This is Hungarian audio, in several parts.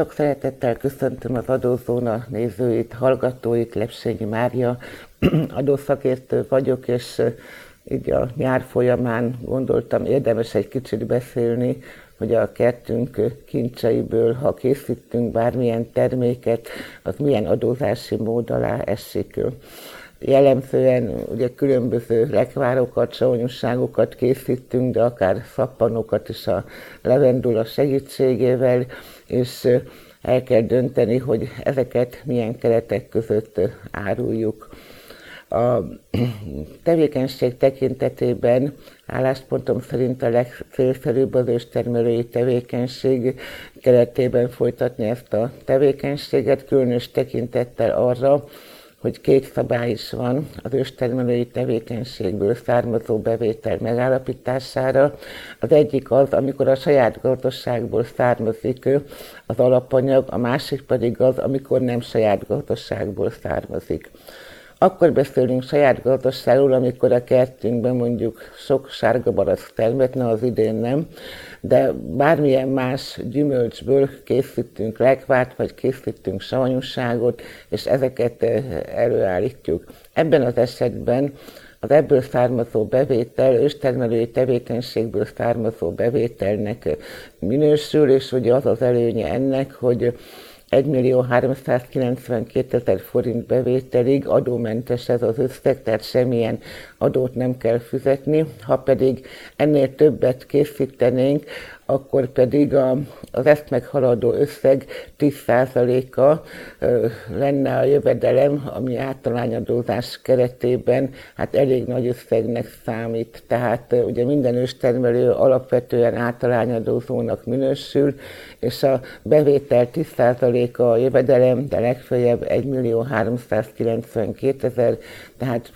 Sok szeretettel köszöntöm az Adózóna nézőit, hallgatóit, Lepsényi Mária, adószakértő vagyok, és így a nyár folyamán gondoltam, érdemes egy kicsit beszélni, hogy a kertünk kincseiből, ha készítünk bármilyen terméket, az milyen adózási mód alá esik. Jellemzően ugye különböző lekvárokat, savanyúságokat készítünk, de akár szappanokat is a levendula segítségével, és el kell dönteni, hogy ezeket milyen keretek között áruljuk. A tevékenység tekintetében álláspontom szerint a legcélszerűbb az őstermelői tevékenység keretében folytatni ezt a tevékenységet, különös tekintettel arra, hogy két szabály is van az őstermelői tevékenységből származó bevétel megállapítására. Az egyik az, amikor a saját gazdaságból származik az alapanyag, a másik pedig az, amikor nem saját gazdaságból származik. Akkor beszélünk saját gazdaságról, amikor a kertünkben mondjuk sok sárga barack termet, az idén nem, de bármilyen más gyümölcsből készítünk lekvárt, vagy készítünk savanyúságot, és ezeket előállítjuk. Ebben az esetben az ebből származó bevétel, őstermelői tevékenységből származó bevételnek minősül, és ugye az az előnye ennek, hogy 1.392.000 forint bevételig adómentes ez az összeg, tehát semmilyen adót nem kell fizetni. Ha pedig ennél többet készítenénk, akkor pedig az ezt meghaladó összeg 10%-a lenne a jövedelem, ami általányadózás keretében hát elég nagy összegnek számít. Tehát ugye minden őstermelő alapvetően általányadózónak minősül, és a bevétel 10%-a a jövedelem, de legfeljebb 1.392.000, tehát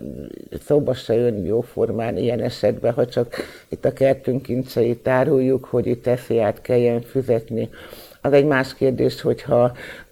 szóba se jön jóformán ilyen esetben, ha csak itt a kertünk kincseit áruljuk, hogy itt SZIA-t kelljen fizetni. Az egy más kérdés, hogyha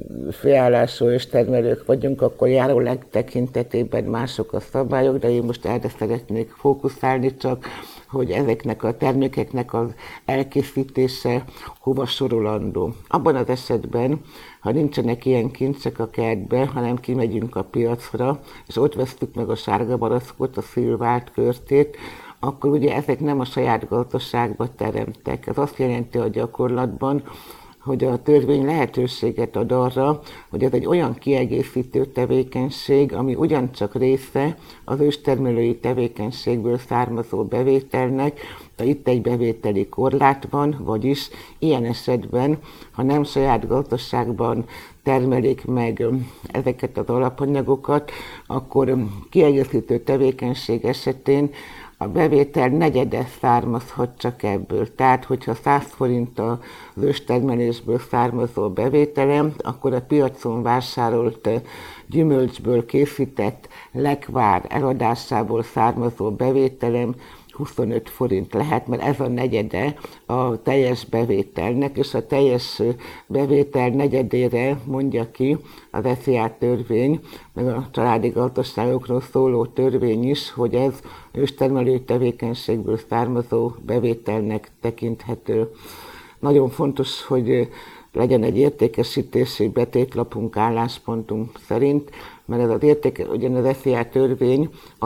főállású őstermelők vagyunk, akkor járólag tekintetében mások a szabályok, de én most erre szeretnék fókuszálni csak, hogy ezeknek a termékeknek az elkészítése hova sorolandó. Abban az esetben, ha nincsenek ilyen kincsek a kertbe, hanem kimegyünk a piacra, és ott vesztük meg a sárga barackot, a szilvárt körtét, akkor ugye ezek nem a saját gazdaságba teremtek. Ez azt jelenti a gyakorlatban, hogy a törvény lehetőséget ad arra, hogy ez egy olyan kiegészítő tevékenység, ami ugyancsak része az őstermelői tevékenységből származó bevételnek, de itt egy bevételi korlát van, vagyis ilyen esetben, ha nem saját gazdaságban termelik meg ezeket az alapanyagokat, akkor kiegészítő tevékenység esetén a bevétel negyede származhat csak ebből. Tehát, hogyha 100 forint az őstermelésből származó bevételem, akkor a piacon vásárolt gyümölcsből készített lekvár eladásából származó bevételem 25 forint lehet, mert ez a negyede a teljes bevételnek, és a teljes bevétel negyedére mondja ki az SZIA törvény, meg a családi gazdaságokról szóló törvény is, hogy ez őstermelői tevékenységből származó bevételnek tekinthető. Nagyon fontos, hogy legyen egy értékesítési betétlapunk álláspontunk szerint, mert ez az ugyan az SZIA törvény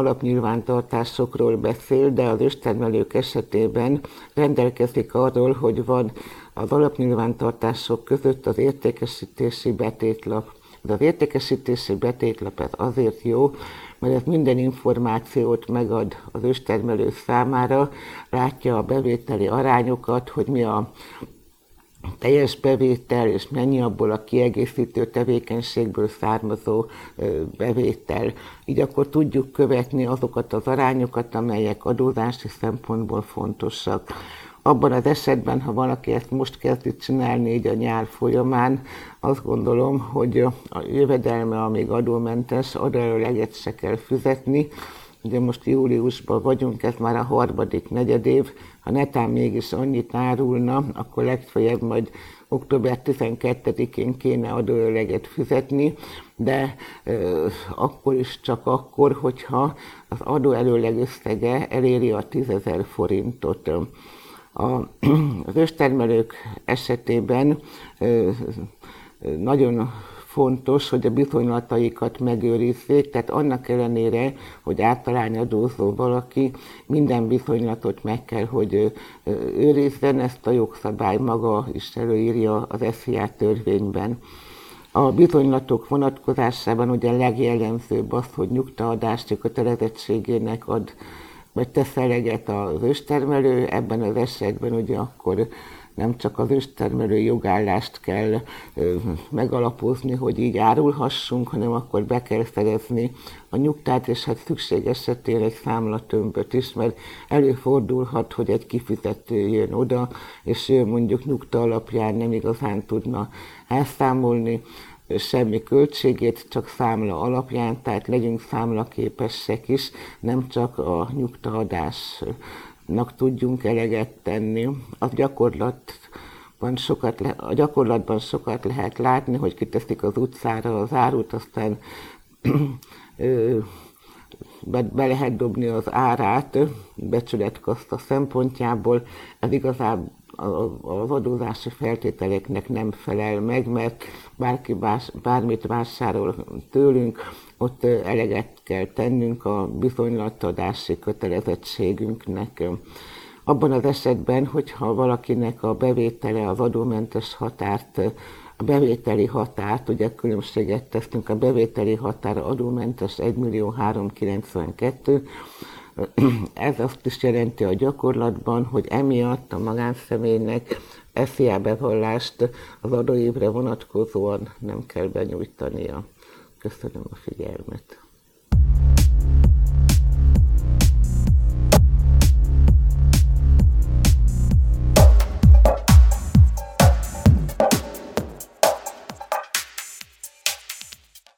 alapnyilvántartásokról beszél, de az őstermelők esetében rendelkezik arról, hogy van az alapnyilvántartások között az értékesítési betétlap. Az értékesítési betétlap ez azért jó, mert ez minden információt megad az őstermelő számára, látja a bevételi arányokat, hogy mi a teljes bevétel, és mennyi abból a kiegészítő tevékenységből származó bevétel. Így akkor tudjuk követni azokat az arányokat, amelyek adózási szempontból fontosak. Abban az esetben, ha valaki ezt most kezdi csinálni így a nyár folyamán, azt gondolom, hogy a jövedelme, amíg adómentes, adóelőleget se kell fizetni. Ugye most júliusban vagyunk, ez már a harmadik negyedév, ha netán mégis annyit árulna, akkor legfeljebb majd október 12-én kéne adóöleget fizetni, de akkor is csak akkor, hogyha az adóelőleg összege eléri a 10.000 forintot. Az őstermelők esetében nagyon fontos, hogy a bizonylataikat megőrizzék, tehát annak ellenére, hogy általányadózó valaki, minden bizonylatot meg kell, hogy őrizzen, ezt a jogszabály maga is előírja az SZIA törvényben. A bizonylatok vonatkozásában ugye a legjellemzőbb az, hogy nyugtaadási kötelezettségének ad, vagy tesz eleget az őstermelő, ebben az esetben ugye akkor nem csak az őstermelő jogállást kell megalapozni, hogy így árulhassunk, hanem akkor be kell szerezni a nyugtát, és hát szükség esetén egy számlatömböt is, mert előfordulhat, hogy egy kifizető jön oda, és ő mondjuk nyugta alapján nem igazán tudna elszámolni semmi költségét, csak számla alapján, tehát legyünk számlaképesek is, nem csak a nyugtaadásnak tudjunk eleget tenni. A gyakorlatban sokat lehet látni, hogy kiteszik az utcára az árut, aztán be lehet dobni az árát becsületkassa szempontjából. Ez igazából az adózási feltételeknek nem felel meg, mert bárki bármit vásárol tőlünk, ott eleget kell tennünk a bizonylattadási kötelezettségünknek. Abban az esetben, hogyha valakinek a bevétele az adómentes határt, a bevételi határt, ugye különbséget teszünk, a bevételi határ adómentes 1.392.000, ez azt is jelenti a gyakorlatban, hogy emiatt a magánszemélynek SZIA bevallást az adóévre vonatkozóan nem kell benyújtania. Köszönöm a figyelmet.